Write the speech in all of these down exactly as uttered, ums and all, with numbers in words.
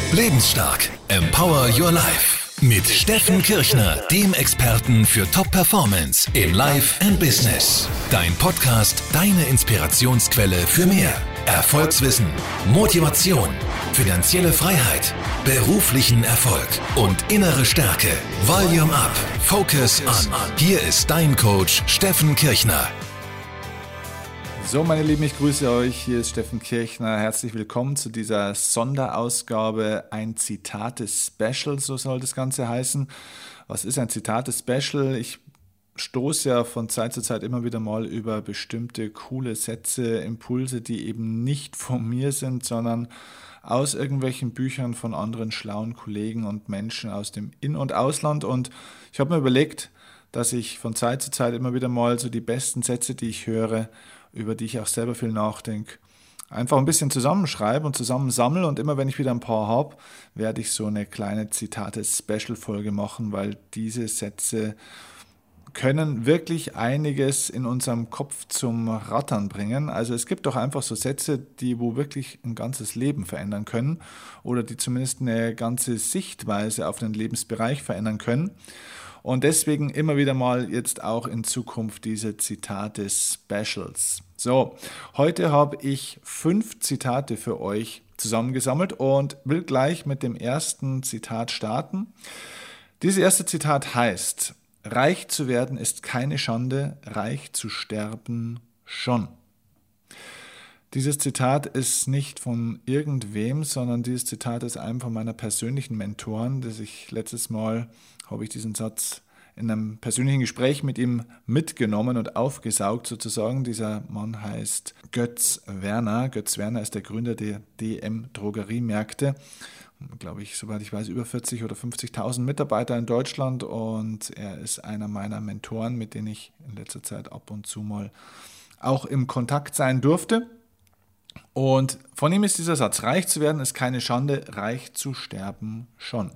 Lebensstark. Empower Your Life. Mit Steffen Kirchner, dem Experten für Top-Performance in Life and Business. Dein Podcast, deine Inspirationsquelle für mehr Erfolgswissen, Motivation, finanzielle Freiheit, beruflichen Erfolg und innere Stärke. Volume up, focus on. Hier ist dein Coach Steffen Kirchner. So, meine Lieben, ich grüße euch. Hier ist Steffen Kirchner. Herzlich willkommen zu dieser Sonderausgabe, ein Zitate-Special, so soll das Ganze heißen. Was ist ein Zitate-Special? Ich stoße ja von Zeit zu Zeit immer wieder mal über bestimmte coole Sätze, Impulse, die eben nicht von mir sind, sondern aus irgendwelchen Büchern von anderen schlauen Kollegen und Menschen aus dem In- und Ausland. Und ich habe mir überlegt, dass ich von Zeit zu Zeit immer wieder mal so die besten Sätze, die ich höre, über die ich auch selber viel nachdenke, einfach ein bisschen zusammenschreibe und zusammensammle. Und immer wenn ich wieder ein paar habe, werde ich so eine kleine Zitate-Special-Folge machen, weil diese Sätze können wirklich einiges in unserem Kopf zum Rattern bringen. Also es gibt doch einfach so Sätze, die wo wirklich ein ganzes Leben verändern können oder die zumindest eine ganze Sichtweise auf den Lebensbereich verändern können. Und deswegen immer wieder mal jetzt auch in Zukunft diese Zitate-Specials. So, heute habe ich fünf Zitate für euch zusammengesammelt und will gleich mit dem ersten Zitat starten. Dieses erste Zitat heißt: Reich zu werden ist keine Schande, reich zu sterben schon. Dieses Zitat ist nicht von irgendwem, sondern dieses Zitat ist einem von meiner persönlichen Mentoren, das ich letztes Mal, habe ich diesen Satz in einem persönlichen Gespräch mit ihm mitgenommen und aufgesaugt sozusagen. Dieser Mann heißt Götz Werner. Götz Werner ist der Gründer der D M Drogeriemärkte. Glaube ich, soweit ich weiß, über vierzig oder fünfzigtausend Mitarbeiter in Deutschland und er ist einer meiner Mentoren, mit denen ich in letzter Zeit ab und zu mal auch im Kontakt sein durfte. Und von ihm ist dieser Satz: Reich zu werden ist keine Schande, reich zu sterben schon.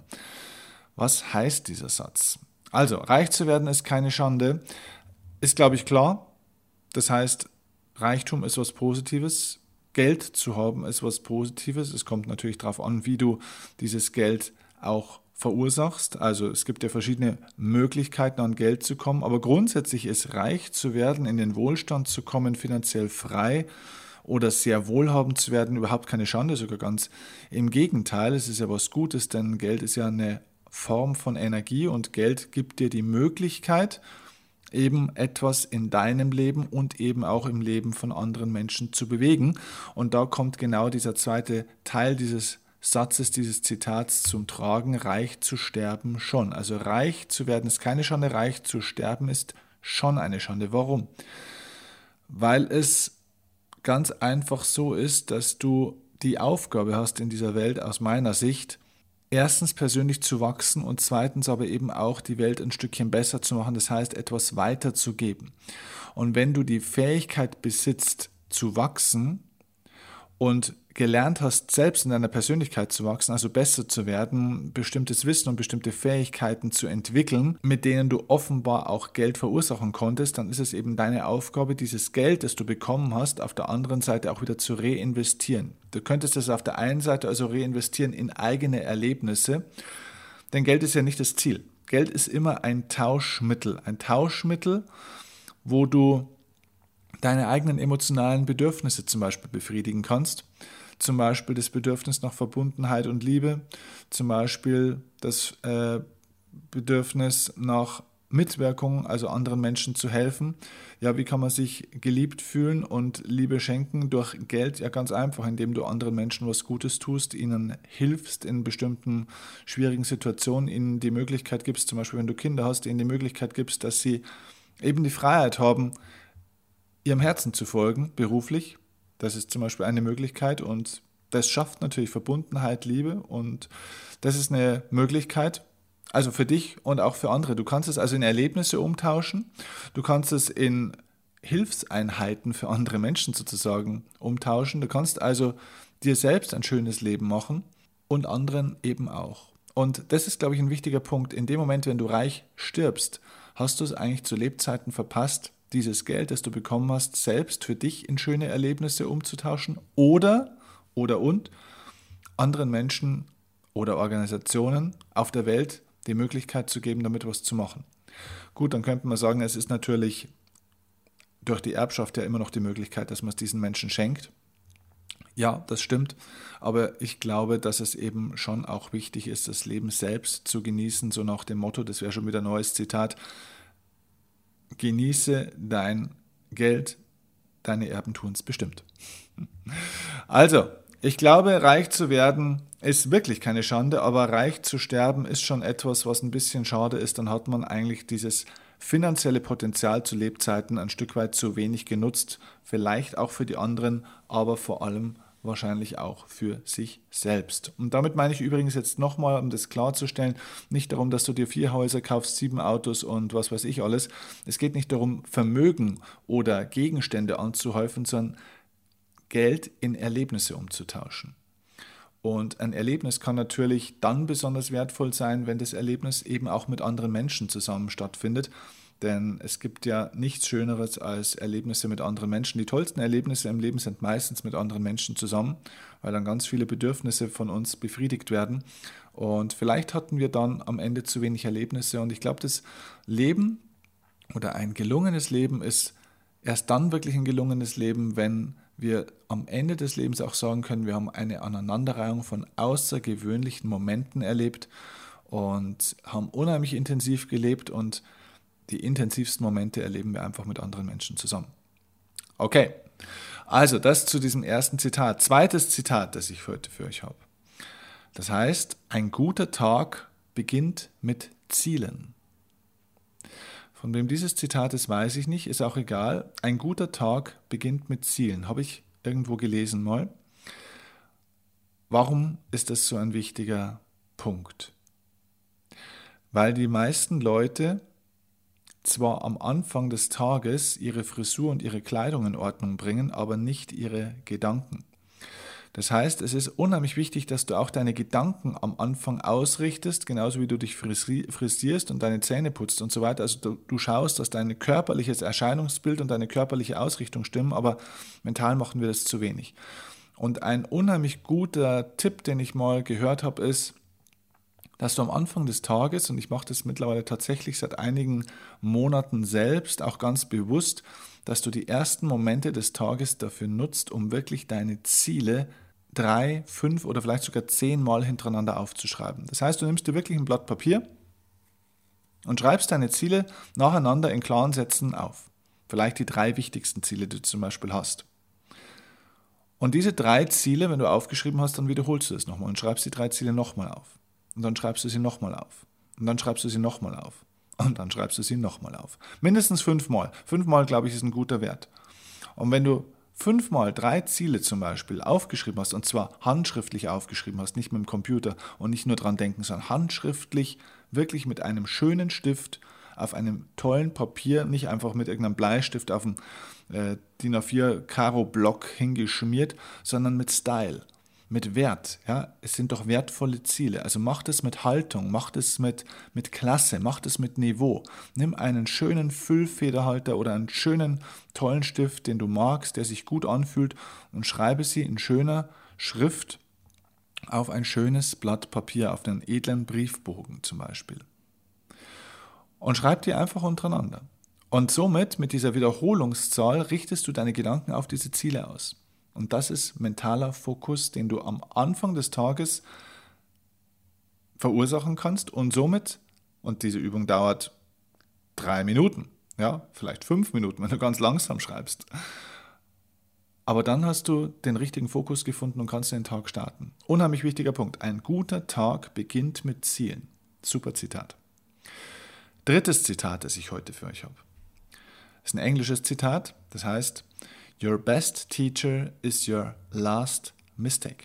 Was heißt dieser Satz? Also, reich zu werden ist keine Schande, ist, glaube ich, klar. Das heißt, Reichtum ist was Positives, Geld zu haben ist was Positives. Es kommt natürlich darauf an, wie du dieses Geld auch verursachst. Also es gibt ja verschiedene Möglichkeiten, an Geld zu kommen, aber grundsätzlich ist reich zu werden, in den Wohlstand zu kommen, finanziell frei oder sehr wohlhabend zu werden, überhaupt keine Schande, sogar ganz im Gegenteil. Es ist ja was Gutes, denn Geld ist ja eine Form von Energie und Geld gibt dir die Möglichkeit, eben etwas in deinem Leben und eben auch im Leben von anderen Menschen zu bewegen. Und da kommt genau dieser zweite Teil dieses Satzes, dieses Zitats zum Tragen: Reich zu sterben schon. Also reich zu werden ist keine Schande, reich zu sterben ist schon eine Schande. Warum? Weil es ganz einfach so ist, dass du die Aufgabe hast in dieser Welt, aus meiner Sicht, erstens persönlich zu wachsen und zweitens aber eben auch die Welt ein Stückchen besser zu machen, das heißt etwas weiterzugeben. Und wenn du die Fähigkeit besitzt zu wachsen und gelernt hast, selbst in deiner Persönlichkeit zu wachsen, also besser zu werden, bestimmtes Wissen und bestimmte Fähigkeiten zu entwickeln, mit denen du offenbar auch Geld verursachen konntest, dann ist es eben deine Aufgabe, dieses Geld, das du bekommen hast, auf der anderen Seite auch wieder zu reinvestieren. Du könntest es auf der einen Seite also reinvestieren in eigene Erlebnisse, denn Geld ist ja nicht das Ziel. Geld ist immer ein Tauschmittel, ein Tauschmittel, wo du deine eigenen emotionalen Bedürfnisse zum Beispiel befriedigen kannst. Zum Beispiel das Bedürfnis nach Verbundenheit und Liebe, zum Beispiel das äh, Bedürfnis nach Mitwirkung, also anderen Menschen zu helfen. Ja, wie kann man sich geliebt fühlen und Liebe schenken? Durch Geld? Ja, ganz einfach, indem du anderen Menschen was Gutes tust, ihnen hilfst in bestimmten schwierigen Situationen, ihnen die Möglichkeit gibst, zum Beispiel wenn du Kinder hast, ihnen die Möglichkeit gibst, dass sie eben die Freiheit haben, ihrem Herzen zu folgen, beruflich. Das ist zum Beispiel eine Möglichkeit und das schafft natürlich Verbundenheit, Liebe und das ist eine Möglichkeit, also für dich und auch für andere. Du kannst es also in Erlebnisse umtauschen, du kannst es in Hilfseinheiten für andere Menschen sozusagen umtauschen. Du kannst also dir selbst ein schönes Leben machen und anderen eben auch. Und das ist, glaube ich, ein wichtiger Punkt. In dem Moment, wenn du reich stirbst, hast du es eigentlich zu Lebzeiten verpasst, dieses Geld, das du bekommen hast, selbst für dich in schöne Erlebnisse umzutauschen oder, oder und anderen Menschen oder Organisationen auf der Welt die Möglichkeit zu geben, damit was zu machen. Gut, dann könnte man sagen, es ist natürlich durch die Erbschaft ja immer noch die Möglichkeit, dass man es diesen Menschen schenkt. Ja, das stimmt, aber ich glaube, dass es eben schon auch wichtig ist, das Leben selbst zu genießen, so nach dem Motto, das wäre schon wieder ein neues Zitat, genieße dein Geld, deine Erben tun es bestimmt. Also, ich glaube, reich zu werden ist wirklich keine Schande, aber reich zu sterben ist schon etwas, was ein bisschen schade ist. Dann hat man eigentlich dieses finanzielle Potenzial zu Lebzeiten ein Stück weit zu wenig genutzt, vielleicht auch für die anderen, aber vor allem wahrscheinlich auch für sich selbst. Und damit meine ich übrigens jetzt nochmal, um das klarzustellen, nicht darum, dass du dir vier Häuser kaufst, sieben Autos und was weiß ich alles. Es geht nicht darum, Vermögen oder Gegenstände anzuhäufen, sondern Geld in Erlebnisse umzutauschen. Und ein Erlebnis kann natürlich dann besonders wertvoll sein, wenn das Erlebnis eben auch mit anderen Menschen zusammen stattfindet. Denn es gibt ja nichts Schöneres als Erlebnisse mit anderen Menschen. Die tollsten Erlebnisse im Leben sind meistens mit anderen Menschen zusammen, weil dann ganz viele Bedürfnisse von uns befriedigt werden. Und vielleicht hatten wir dann am Ende zu wenig Erlebnisse. Und ich glaube, das Leben oder ein gelungenes Leben ist erst dann wirklich ein gelungenes Leben, wenn wir am Ende des Lebens auch sagen können, wir haben eine Aneinanderreihung von außergewöhnlichen Momenten erlebt und haben unheimlich intensiv gelebt und die intensivsten Momente erleben wir einfach mit anderen Menschen zusammen. Okay, also das zu diesem ersten Zitat. Zweites Zitat, das ich heute für euch habe. Das heißt, ein guter Tag beginnt mit Zielen. Von wem dieses Zitat ist, weiß ich nicht, ist auch egal. Ein guter Tag beginnt mit Zielen. Habe ich irgendwo gelesen mal. Warum ist das so ein wichtiger Punkt? Weil die meisten Leute zwar am Anfang des Tages ihre Frisur und ihre Kleidung in Ordnung bringen, aber nicht ihre Gedanken. Das heißt, es ist unheimlich wichtig, dass du auch deine Gedanken am Anfang ausrichtest, genauso wie du dich frisierst und deine Zähne putzt und so weiter. Also du, du schaust, dass dein körperliches Erscheinungsbild und deine körperliche Ausrichtung stimmen, aber mental machen wir das zu wenig. Und ein unheimlich guter Tipp, den ich mal gehört habe, ist, dass du am Anfang des Tages, und ich mache das mittlerweile tatsächlich seit einigen Monaten selbst, auch ganz bewusst, dass du die ersten Momente des Tages dafür nutzt, um wirklich deine Ziele drei, fünf oder vielleicht sogar zehn Mal hintereinander aufzuschreiben. Das heißt, du nimmst dir wirklich ein Blatt Papier und schreibst deine Ziele nacheinander in klaren Sätzen auf. Vielleicht die drei wichtigsten Ziele, die du zum Beispiel hast. Und diese drei Ziele, wenn du aufgeschrieben hast, dann wiederholst du es nochmal und schreibst die drei Ziele nochmal auf. Und dann schreibst du sie nochmal auf. Und dann schreibst du sie nochmal auf. Und dann schreibst du sie nochmal auf. Mindestens fünfmal. Fünfmal, glaube ich, ist ein guter Wert. Und wenn du fünfmal drei Ziele zum Beispiel aufgeschrieben hast, und zwar handschriftlich aufgeschrieben hast, nicht mit dem Computer und nicht nur dran denken, sondern handschriftlich, wirklich mit einem schönen Stift auf einem tollen Papier, nicht einfach mit irgendeinem Bleistift auf dem äh, D I N A vier Karo-Block hingeschmiert, sondern mit Style. Mit Wert, ja, es sind doch wertvolle Ziele. Also mach das mit Haltung, mach das mit, mit Klasse, mach das mit Niveau. Nimm einen schönen Füllfederhalter oder einen schönen, tollen Stift, den du magst, der sich gut anfühlt und schreibe sie in schöner Schrift auf ein schönes Blatt Papier, auf einen edlen Briefbogen zum Beispiel. Und schreib die einfach untereinander. Und somit, mit dieser Wiederholungszahl, richtest du deine Gedanken auf diese Ziele aus. Und das ist mentaler Fokus, den du am Anfang des Tages verursachen kannst und somit, und diese Übung dauert drei Minuten, ja, vielleicht fünf Minuten, wenn du ganz langsam schreibst. Aber dann hast du den richtigen Fokus gefunden und kannst den Tag starten. Unheimlich wichtiger Punkt. Ein guter Tag beginnt mit Zielen. Super Zitat. Drittes Zitat, das ich heute für euch habe. Das ist ein englisches Zitat, das heißt, Your best teacher is your last mistake.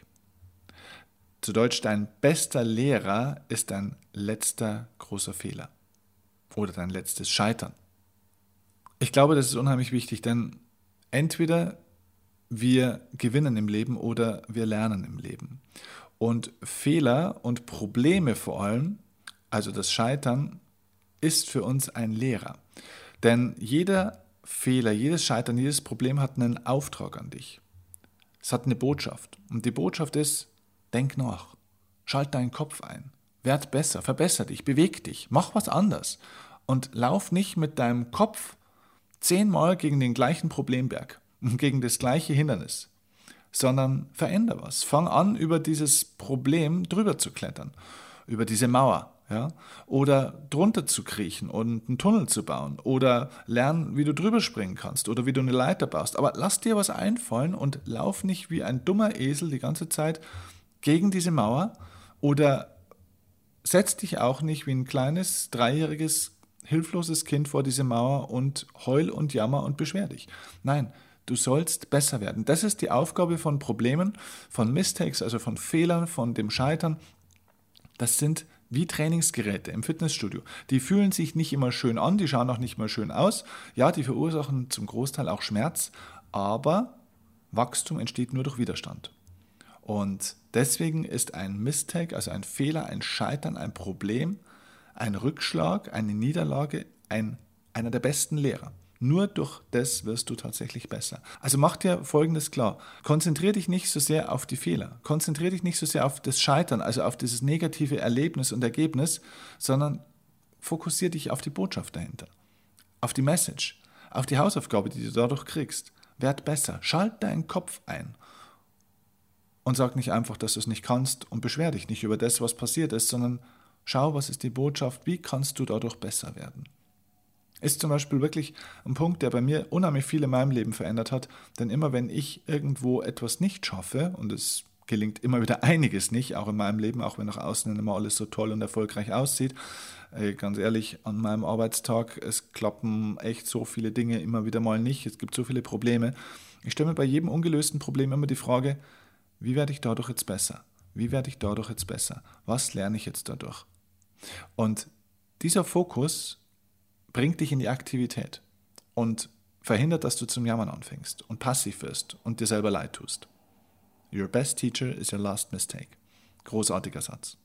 Zu Deutsch, dein bester Lehrer ist dein letzter großer Fehler oder dein letztes Scheitern. Ich glaube, das ist unheimlich wichtig, denn entweder wir gewinnen im Leben oder wir lernen im Leben. Und Fehler und Probleme vor allem, also das Scheitern, ist für uns ein Lehrer. Denn jeder Fehler, jedes Scheitern, jedes Problem hat einen Auftrag an dich. Es hat eine Botschaft. Und die Botschaft ist, denk nach. Schalt deinen Kopf ein. Werd besser, verbessere dich, beweg dich, mach was anders. Und lauf nicht mit deinem Kopf zehnmal gegen den gleichen Problemberg, gegen das gleiche Hindernis, sondern veränder was. Fang an, über dieses Problem drüber zu klettern, über diese Mauer, ja, oder drunter zu kriechen und einen Tunnel zu bauen oder lernen, wie du drüber springen kannst oder wie du eine Leiter baust. Aber lass dir was einfallen und lauf nicht wie ein dummer Esel die ganze Zeit gegen diese Mauer oder setz dich auch nicht wie ein kleines, dreijähriges, hilfloses Kind vor diese Mauer und heul und jammer und beschwer dich. Nein, du sollst besser werden. Das ist die Aufgabe von Problemen, von Mistakes, also von Fehlern, von dem Scheitern. Das sind wie Trainingsgeräte im Fitnessstudio. Die fühlen sich nicht immer schön an, die schauen auch nicht immer schön aus. Ja, die verursachen zum Großteil auch Schmerz, aber Wachstum entsteht nur durch Widerstand. Und deswegen ist ein Mistake, also ein Fehler, ein Scheitern, ein Problem, ein Rückschlag, eine Niederlage, ein, einer der besten Lehrer. Nur durch das wirst du tatsächlich besser. Also mach dir Folgendes klar. Konzentriere dich nicht so sehr auf die Fehler. Konzentriere dich nicht so sehr auf das Scheitern, also auf dieses negative Erlebnis und Ergebnis, sondern fokussiere dich auf die Botschaft dahinter. Auf die Message, auf die Hausaufgabe, die du dadurch kriegst. Werd besser. Schalt deinen Kopf ein. Und sag nicht einfach, dass du es nicht kannst und beschwer dich nicht über das, was passiert ist, sondern schau, was ist die Botschaft, wie kannst du dadurch besser werden. Ist zum Beispiel wirklich ein Punkt, der bei mir unheimlich viel in meinem Leben verändert hat, denn immer wenn ich irgendwo etwas nicht schaffe, und es gelingt immer wieder einiges nicht, auch in meinem Leben, auch wenn nach außen immer alles so toll und erfolgreich aussieht, äh, ganz ehrlich, an meinem Arbeitstag, es klappen echt so viele Dinge immer wieder mal nicht, es gibt so viele Probleme. Ich stelle mir bei jedem ungelösten Problem immer die Frage, wie werde ich dadurch jetzt besser? Wie werde ich dadurch jetzt besser? Was lerne ich jetzt dadurch? Und dieser Fokus bringt dich in die Aktivität und verhindert, dass du zum Jammern anfängst und passiv wirst und dir selber leid tust. Your best teacher is your last mistake. Großartiger Satz.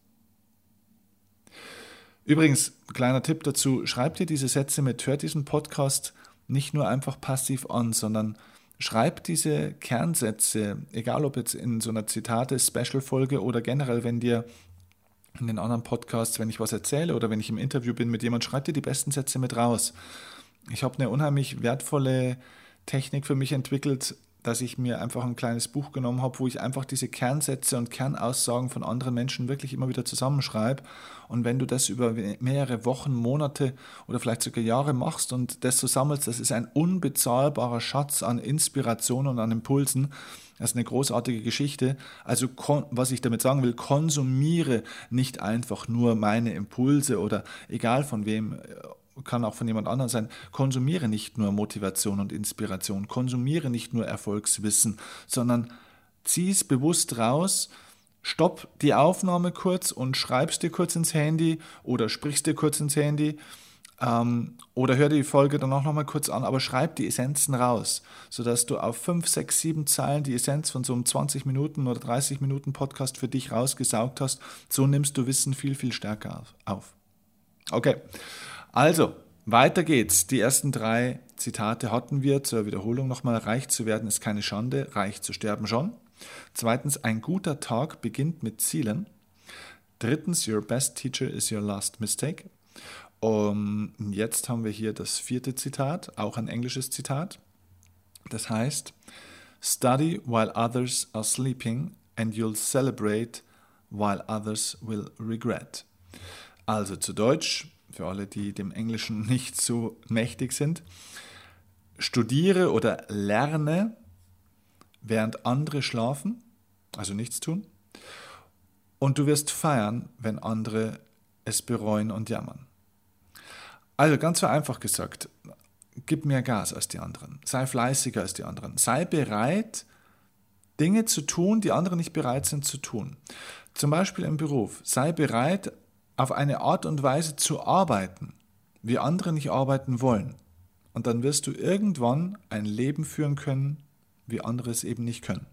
Übrigens, kleiner Tipp dazu, schreib dir diese Sätze mit, hör diesen Podcast nicht nur einfach passiv an, sondern schreib diese Kernsätze, egal ob jetzt in so einer Zitate-Special-Folge oder generell, wenn dir in den anderen Podcasts, wenn ich was erzähle oder wenn ich im Interview bin mit jemandem, schreib dir die besten Sätze mit raus. Ich habe eine unheimlich wertvolle Technik für mich entwickelt, dass ich mir einfach ein kleines Buch genommen habe, wo ich einfach diese Kernsätze und Kernaussagen von anderen Menschen wirklich immer wieder zusammenschreibe. Und wenn du das über mehrere Wochen, Monate oder vielleicht sogar Jahre machst und das so sammelst, das ist ein unbezahlbarer Schatz an Inspiration und an Impulsen. Das ist eine großartige Geschichte. Also was ich damit sagen will, konsumiere nicht einfach nur meine Impulse oder egal von wem, kann auch von jemand anderem sein, konsumiere nicht nur Motivation und Inspiration, konsumiere nicht nur Erfolgswissen, sondern zieh es bewusst raus, stopp die Aufnahme kurz und schreib's dir kurz ins Handy oder sprichst dir kurz ins Handy ähm, oder hör dir die Folge dann auch nochmal kurz an, aber schreib die Essenzen raus, sodass du auf fünf, sechs, sieben Zeilen die Essenz von so einem zwanzig Minuten oder dreißig Minuten Podcast für dich rausgesaugt hast. So nimmst du Wissen viel, viel stärker auf. Okay. Also, weiter geht's. Die ersten drei Zitate hatten wir. Zur Wiederholung nochmal. Reich zu werden ist keine Schande, reich zu sterben schon. Zweitens, ein guter Tag beginnt mit Zielen. Drittens, your best teacher is your last mistake. Um, jetzt haben wir hier das vierte Zitat, auch ein englisches Zitat. Das heißt, study while others are sleeping and you'll celebrate while others will regret. Also zu Deutsch, für alle, die dem Englischen nicht so mächtig sind, studiere oder lerne, während andere schlafen, also nichts tun, und du wirst feiern, wenn andere es bereuen und jammern. Also ganz vereinfacht gesagt, gib mehr Gas als die anderen, sei fleißiger als die anderen, sei bereit, Dinge zu tun, die andere nicht bereit sind zu tun. Zum Beispiel im Beruf, sei bereit, auf eine Art und Weise zu arbeiten, wie andere nicht arbeiten wollen. Und dann wirst du irgendwann ein Leben führen können, wie andere es eben nicht können.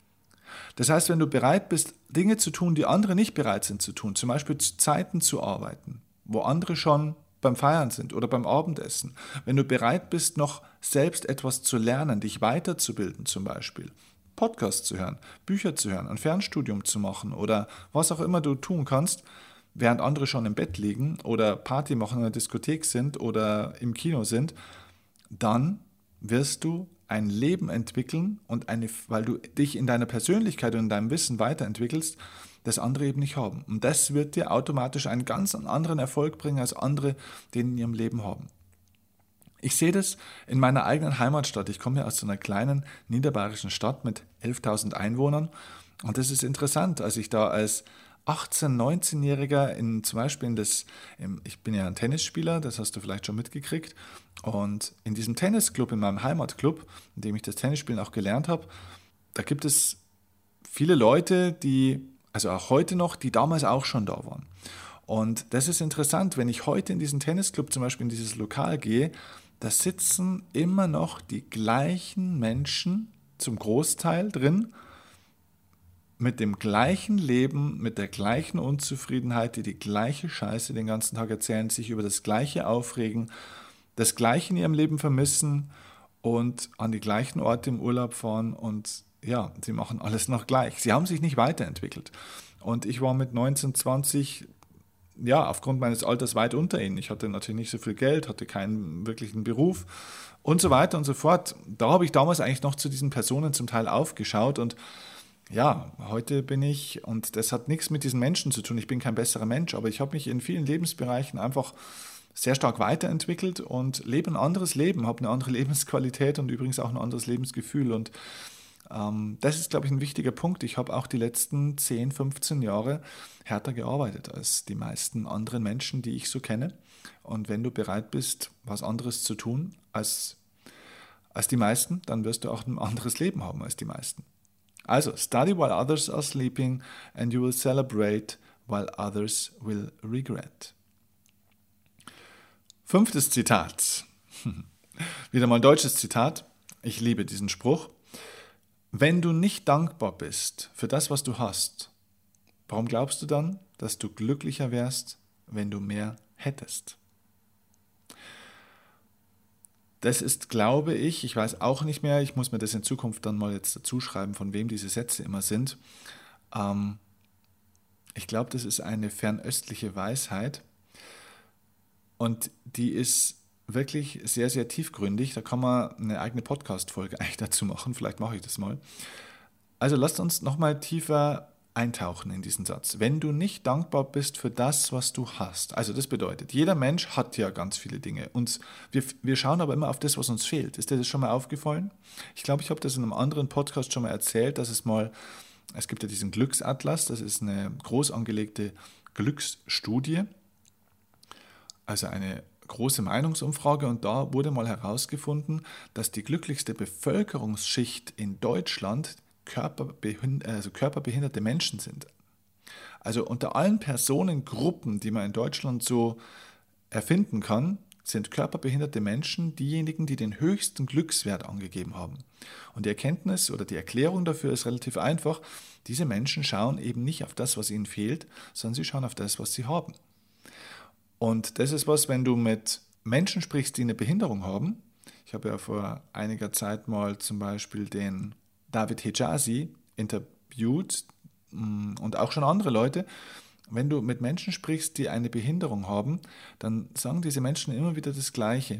Das heißt, wenn du bereit bist, Dinge zu tun, die andere nicht bereit sind zu tun, zum Beispiel zu Zeiten zu arbeiten, wo andere schon beim Feiern sind oder beim Abendessen, wenn du bereit bist, noch selbst etwas zu lernen, dich weiterzubilden zum Beispiel, Podcasts zu hören, Bücher zu hören, ein Fernstudium zu machen oder was auch immer du tun kannst, während andere schon im Bett liegen oder Party machen in der Diskothek sind oder im Kino sind, dann wirst du ein Leben entwickeln und eine, weil du dich in deiner Persönlichkeit und in deinem Wissen weiterentwickelst, das andere eben nicht haben. Und das wird dir automatisch einen ganz anderen Erfolg bringen, als andere den in ihrem Leben haben. Ich sehe das in meiner eigenen Heimatstadt. Ich komme ja aus so einer kleinen niederbayerischen Stadt mit elftausend Einwohnern. Und das ist interessant, als ich da als achtzehn-, neunzehnjähriger in, zum Beispiel in das, ich bin ja ein Tennisspieler, das hast du vielleicht schon mitgekriegt. Und in diesem Tennisclub, in meinem Heimatclub, in dem ich das Tennisspielen auch gelernt habe, da gibt es viele Leute, die, also auch heute noch, die damals auch schon da waren. Und das ist interessant, wenn ich heute in diesen Tennisclub, zum Beispiel in dieses Lokal gehe, da sitzen immer noch die gleichen Menschen zum Großteil drin, mit dem gleichen Leben, mit der gleichen Unzufriedenheit, die die gleiche Scheiße den ganzen Tag erzählen, sich über das Gleiche aufregen, das Gleiche in ihrem Leben vermissen und an die gleichen Orte im Urlaub fahren und ja, sie machen alles noch gleich. Sie haben sich nicht weiterentwickelt. Und ich war mit neunzehn, zwanzig, ja, aufgrund meines Alters weit unter ihnen. Ich hatte natürlich nicht so viel Geld, hatte keinen wirklichen Beruf und so weiter und so fort. Da habe ich damals eigentlich noch zu diesen Personen zum Teil aufgeschaut und ja, heute bin ich, und das hat nichts mit diesen Menschen zu tun, ich bin kein besserer Mensch, aber ich habe mich in vielen Lebensbereichen einfach sehr stark weiterentwickelt und lebe ein anderes Leben, habe eine andere Lebensqualität und übrigens auch ein anderes Lebensgefühl. Und ähm, das ist, glaube ich, ein wichtiger Punkt. Ich habe auch die letzten zehn, fünfzehn Jahre härter gearbeitet als die meisten anderen Menschen, die ich so kenne. Und wenn du bereit bist, was anderes zu tun als, als die meisten, dann wirst du auch ein anderes Leben haben als die meisten. Also, study while others are sleeping and you will celebrate while others will regret. Fünftes Zitat. Wieder mal ein deutsches Zitat. Ich liebe diesen Spruch. Wenn du nicht dankbar bist für das, was du hast, warum glaubst du dann, dass du glücklicher wärst, wenn du mehr hättest? Das ist, glaube ich, ich weiß auch nicht mehr, ich muss mir das in Zukunft dann mal jetzt dazu schreiben, von wem diese Sätze immer sind. Ähm, ich glaube, das ist eine fernöstliche Weisheit und die ist wirklich sehr, sehr tiefgründig. Da kann man eine eigene Podcast-Folge eigentlich dazu machen, vielleicht mache ich das mal. Also lasst uns nochmal tiefer eintauchen in diesen Satz. Wenn du nicht dankbar bist für das, was du hast, also das bedeutet, jeder Mensch hat ja ganz viele Dinge und wir, wir schauen aber immer auf das, was uns fehlt. Ist dir das schon mal aufgefallen? Ich glaube, ich habe das in einem anderen Podcast schon mal erzählt, dass es mal, es gibt ja diesen Glücksatlas, das ist eine groß angelegte Glücksstudie, also eine große Meinungsumfrage und da wurde mal herausgefunden, dass die glücklichste Bevölkerungsschicht in Deutschland Körperbehind- also körperbehinderte Menschen sind. Also unter allen Personengruppen, die man in Deutschland so erfinden kann, sind körperbehinderte Menschen diejenigen, die den höchsten Glückswert angegeben haben. Und die Erkenntnis oder die Erklärung dafür ist relativ einfach. Diese Menschen schauen eben nicht auf das, was ihnen fehlt, sondern sie schauen auf das, was sie haben. Und das ist was, wenn du mit Menschen sprichst, die eine Behinderung haben. Ich habe ja vor einiger Zeit mal zum Beispiel den David Hejazi interviewt und auch schon andere Leute. Wenn du mit Menschen sprichst, die eine Behinderung haben, dann sagen diese Menschen immer wieder das Gleiche.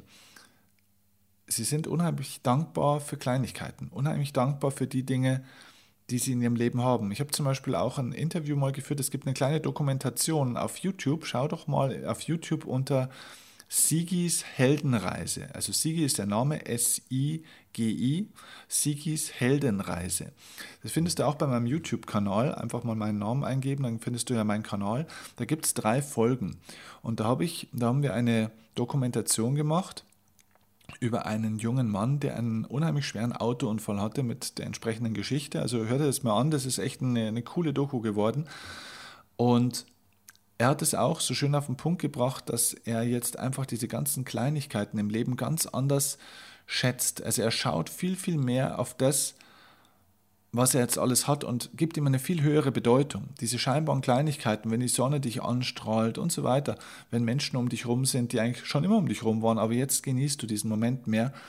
Sie sind unheimlich dankbar für Kleinigkeiten, unheimlich dankbar für die Dinge, die sie in ihrem Leben haben. Ich habe zum Beispiel auch ein Interview mal geführt, es gibt eine kleine Dokumentation auf YouTube. Schau doch mal auf YouTube unter Sigis Heldenreise. Also Sigi ist der Name, S I G I, Sigis Heldenreise. Das findest du auch bei meinem YouTube-Kanal. Einfach mal meinen Namen eingeben, dann findest du ja meinen Kanal. Da gibt es drei Folgen. Und da, hab ich, da haben wir eine Dokumentation gemacht über einen jungen Mann, der einen unheimlich schweren Autounfall hatte mit der entsprechenden Geschichte. Also hört ihr das mal an, das ist echt eine, eine coole Doku geworden. Und er hat es auch so schön auf den Punkt gebracht, dass er jetzt einfach diese ganzen Kleinigkeiten im Leben ganz anders schätzt. Also er schaut viel, viel mehr auf das, was er jetzt alles hat und gibt ihm eine viel höhere Bedeutung. Diese scheinbaren Kleinigkeiten, wenn die Sonne dich anstrahlt und so weiter, wenn Menschen um dich rum sind, die eigentlich schon immer um dich rum waren, aber jetzt genießt du diesen Moment mehr.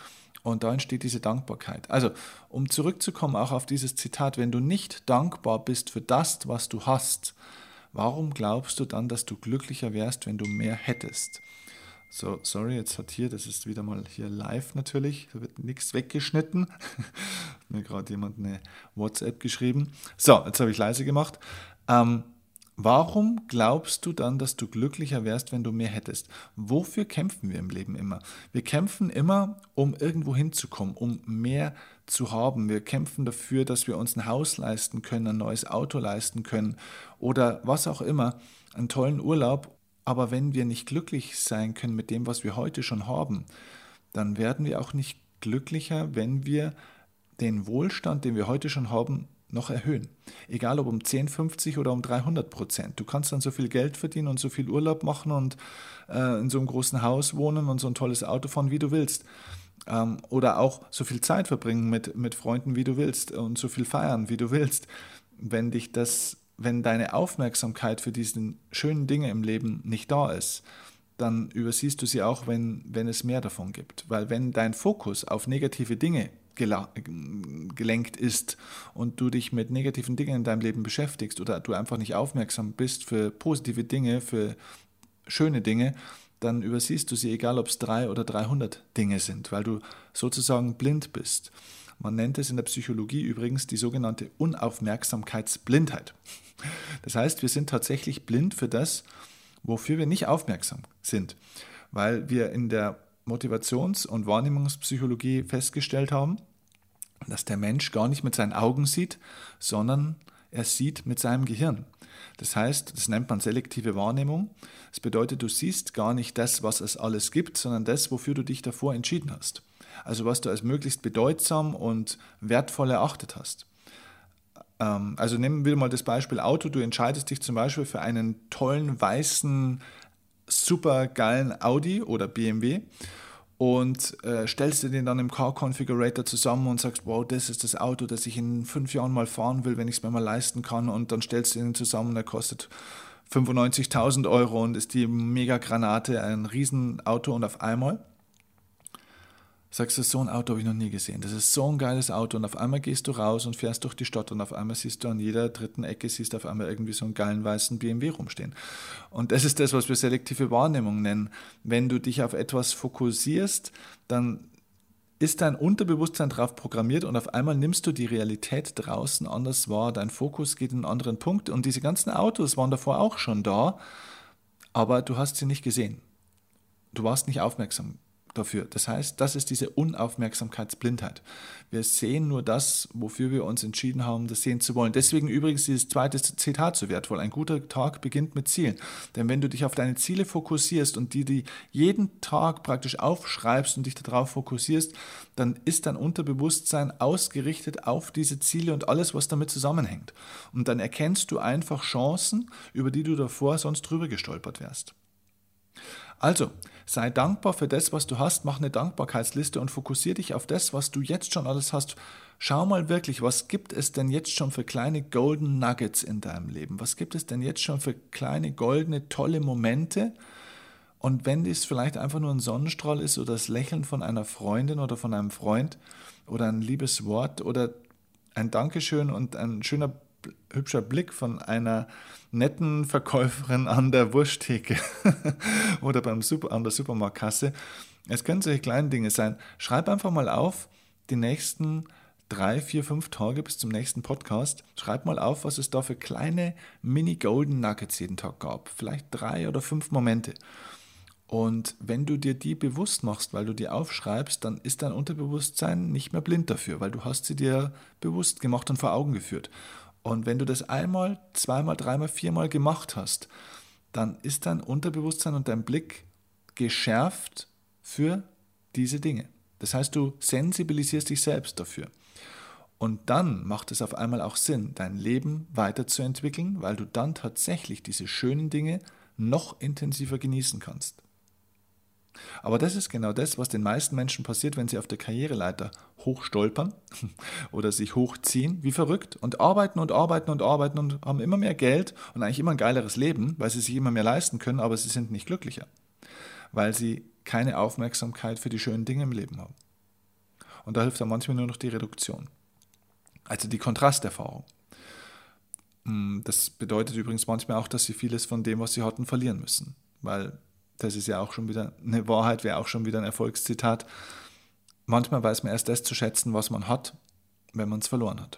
Und da entsteht diese Dankbarkeit. Also, um zurückzukommen auch auf dieses Zitat, wenn du nicht dankbar bist für das, was du hast, warum glaubst du dann, dass du glücklicher wärst, wenn du mehr hättest? So, sorry, jetzt hat hier, das ist wieder mal hier live natürlich, da wird nichts weggeschnitten. Hat mir gerade jemand eine WhatsApp geschrieben. So, jetzt habe ich leise gemacht. Ähm, warum glaubst du dann, dass du glücklicher wärst, wenn du mehr hättest? Wofür kämpfen wir im Leben immer? Wir kämpfen immer, um irgendwo hinzukommen, um mehr zu haben. Wir kämpfen dafür, dass wir uns ein Haus leisten können, ein neues Auto leisten können oder was auch immer, einen tollen Urlaub. Aber wenn wir nicht glücklich sein können mit dem, was wir heute schon haben, dann werden wir auch nicht glücklicher, wenn wir den Wohlstand, den wir heute schon haben, noch erhöhen. Egal ob um zehn, fünfzig oder um dreihundert Prozent. Du kannst dann so viel Geld verdienen und so viel Urlaub machen und äh, in so einem großen Haus wohnen und so ein tolles Auto fahren, wie du willst. Ähm, oder auch so viel Zeit verbringen mit, mit Freunden, wie du willst und so viel feiern, wie du willst. Wenn dich das Wenn deine Aufmerksamkeit für diese schönen Dinge im Leben nicht da ist, dann übersiehst du sie auch, wenn, wenn es mehr davon gibt. Weil wenn dein Fokus auf negative Dinge gelenkt ist und du dich mit negativen Dingen in deinem Leben beschäftigst oder du einfach nicht aufmerksam bist für positive Dinge, für schöne Dinge, dann übersiehst du sie, egal ob es drei oder dreihundert Dinge sind, weil du sozusagen blind bist. Man nennt es in der Psychologie übrigens die sogenannte Unaufmerksamkeitsblindheit. Das heißt, wir sind tatsächlich blind für das, wofür wir nicht aufmerksam sind, weil wir in der Motivations- und Wahrnehmungspsychologie festgestellt haben, dass der Mensch gar nicht mit seinen Augen sieht, sondern er sieht mit seinem Gehirn. Das heißt, das nennt man selektive Wahrnehmung. Das bedeutet, du siehst gar nicht das, was es alles gibt, sondern das, wofür du dich davor entschieden hast. Also was du als möglichst bedeutsam und wertvoll erachtet hast. Ähm, also nehmen wir mal das Beispiel Auto. Du entscheidest dich zum Beispiel für einen tollen, weißen, super geilen Audi oder B M W und äh, stellst dir den dann im Car Configurator zusammen und sagst, wow, das ist das Auto, das ich in fünf Jahren mal fahren will, wenn ich es mir mal leisten kann, und dann stellst du den zusammen, der kostet fünfundneunzigtausend Euro und ist die Mega-Granate, ein Riesenauto, und auf einmal sagst du, so ein Auto habe ich noch nie gesehen. Das ist so ein geiles Auto, und auf einmal gehst du raus und fährst durch die Stadt und auf einmal siehst du an jeder dritten Ecke siehst du auf einmal irgendwie so einen geilen weißen B M W rumstehen. Und das ist das, was wir selektive Wahrnehmung nennen. Wenn du dich auf etwas fokussierst, dann ist dein Unterbewusstsein darauf programmiert und auf einmal nimmst du die Realität draußen anders wahr. Dein Fokus geht in einen anderen Punkt und diese ganzen Autos waren davor auch schon da, aber du hast sie nicht gesehen. Du warst nicht aufmerksam dafür. Das heißt, das ist diese Unaufmerksamkeitsblindheit. Wir sehen nur das, wofür wir uns entschieden haben, das sehen zu wollen. Deswegen übrigens dieses zweite Zitat so wertvoll. Ein guter Tag beginnt mit Zielen. Denn wenn du dich auf deine Ziele fokussierst und die, die jeden Tag praktisch aufschreibst und dich darauf fokussierst, dann ist dein Unterbewusstsein ausgerichtet auf diese Ziele und alles, was damit zusammenhängt. Und dann erkennst du einfach Chancen, über die du davor sonst drüber gestolpert wärst. Also, sei dankbar für das, was du hast, mach eine Dankbarkeitsliste und fokussiere dich auf das, was du jetzt schon alles hast. Schau mal wirklich, was gibt es denn jetzt schon für kleine Golden Nuggets in deinem Leben? Was gibt es denn jetzt schon für kleine, goldene, tolle Momente? Und wenn dies vielleicht einfach nur ein Sonnenstrahl ist oder das Lächeln von einer Freundin oder von einem Freund oder ein liebes Wort oder ein Dankeschön und ein schöner hübscher Blick von einer netten Verkäuferin an der Wursttheke oder beim Super, an der Supermarktkasse. Es können solche kleinen Dinge sein. Schreib einfach mal auf, die nächsten drei, vier, fünf Tage bis zum nächsten Podcast. Schreib mal auf, was es da für kleine Mini-Golden Nuggets jeden Tag gab. Vielleicht drei oder fünf Momente. Und wenn du dir die bewusst machst, weil du die aufschreibst, dann ist dein Unterbewusstsein nicht mehr blind dafür, weil du hast sie dir bewusst gemacht und vor Augen geführt. Und wenn du das einmal, zweimal, dreimal, viermal gemacht hast, dann ist dein Unterbewusstsein und dein Blick geschärft für diese Dinge. Das heißt, du sensibilisierst dich selbst dafür. Und dann macht es auf einmal auch Sinn, dein Leben weiterzuentwickeln, weil du dann tatsächlich diese schönen Dinge noch intensiver genießen kannst. Aber das ist genau das, was den meisten Menschen passiert, wenn sie auf der Karriereleiter hochstolpern oder sich hochziehen, wie verrückt, und arbeiten und arbeiten und arbeiten und haben immer mehr Geld und eigentlich immer ein geileres Leben, weil sie sich immer mehr leisten können, aber sie sind nicht glücklicher, weil sie keine Aufmerksamkeit für die schönen Dinge im Leben haben. Und da hilft dann manchmal nur noch die Reduktion. Also die Kontrasterfahrung. Das bedeutet übrigens manchmal auch, dass sie vieles von dem, was sie hatten, verlieren müssen. Weil das ist ja auch schon wieder eine Wahrheit, wäre auch schon wieder ein Erfolgszitat. Manchmal weiß man erst das zu schätzen, was man hat, wenn man es verloren hat.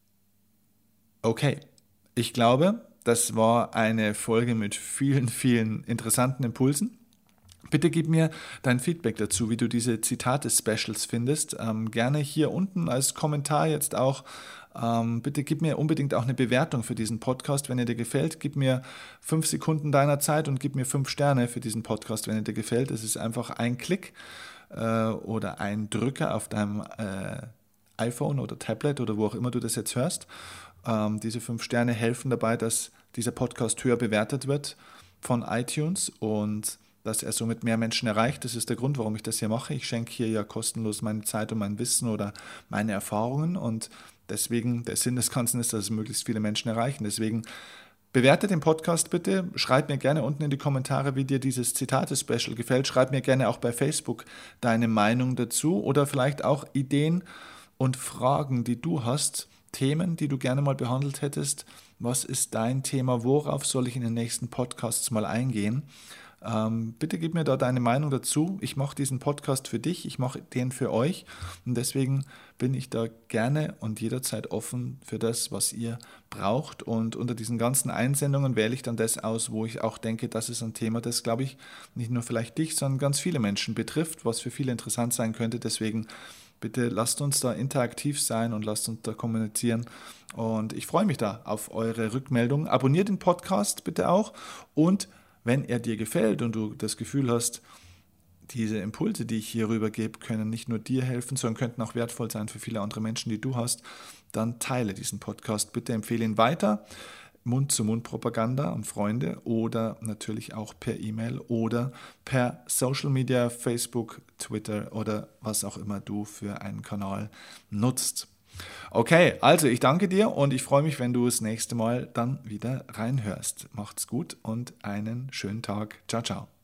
Okay, ich glaube, das war eine Folge mit vielen, vielen interessanten Impulsen. Bitte gib mir dein Feedback dazu, wie du diese Zitate-Specials findest. Ähm, gerne hier unten als Kommentar jetzt auch. Ähm, bitte gib mir unbedingt auch eine Bewertung für diesen Podcast, wenn er dir gefällt. Gib mir fünf Sekunden deiner Zeit und gib mir fünf Sterne für diesen Podcast, wenn er dir gefällt. Es ist einfach ein Klick äh, oder ein Drücker auf deinem äh, iPhone oder Tablet oder wo auch immer du das jetzt hörst. Ähm, diese fünf Sterne helfen dabei, dass dieser Podcast höher bewertet wird von iTunes und dass er somit mehr Menschen erreicht. Das ist der Grund, warum ich das hier mache. Ich schenke hier ja kostenlos meine Zeit und mein Wissen oder meine Erfahrungen und deswegen, der Sinn des Ganzen ist, dass es möglichst viele Menschen erreichen. Deswegen bewerte den Podcast bitte, schreib mir gerne unten in die Kommentare, wie dir dieses Zitate-Special gefällt. Schreib mir gerne auch bei Facebook deine Meinung dazu oder vielleicht auch Ideen und Fragen, die du hast, Themen, die du gerne mal behandelt hättest. Was ist dein Thema? Worauf soll ich in den nächsten Podcasts mal eingehen? Ähm, bitte gib mir da deine Meinung dazu. Ich mache diesen Podcast für dich, ich mache den für euch und deswegen bin ich da gerne und jederzeit offen für das, was ihr braucht und unter diesen ganzen Einsendungen wähle ich dann das aus, wo ich auch denke, das ist ein Thema, das, glaube ich, nicht nur vielleicht dich, sondern ganz viele Menschen betrifft, was für viele interessant sein könnte. Deswegen bitte lasst uns da interaktiv sein und lasst uns da kommunizieren und ich freue mich da auf eure Rückmeldungen. Abonniert den Podcast bitte auch und wenn er dir gefällt und du das Gefühl hast, diese Impulse, die ich hier rübergebe, können nicht nur dir helfen, sondern könnten auch wertvoll sein für viele andere Menschen, die du hast, dann teile diesen Podcast. Bitte empfehle ihn weiter, Mund-zu-Mund-Propaganda an Freunde oder natürlich auch per E-Mail oder per Social Media, Facebook, Twitter oder was auch immer du für einen Kanal nutzt. Okay, also ich danke dir und ich freue mich, wenn du das nächste Mal dann wieder reinhörst. Macht's gut und einen schönen Tag. Ciao, ciao.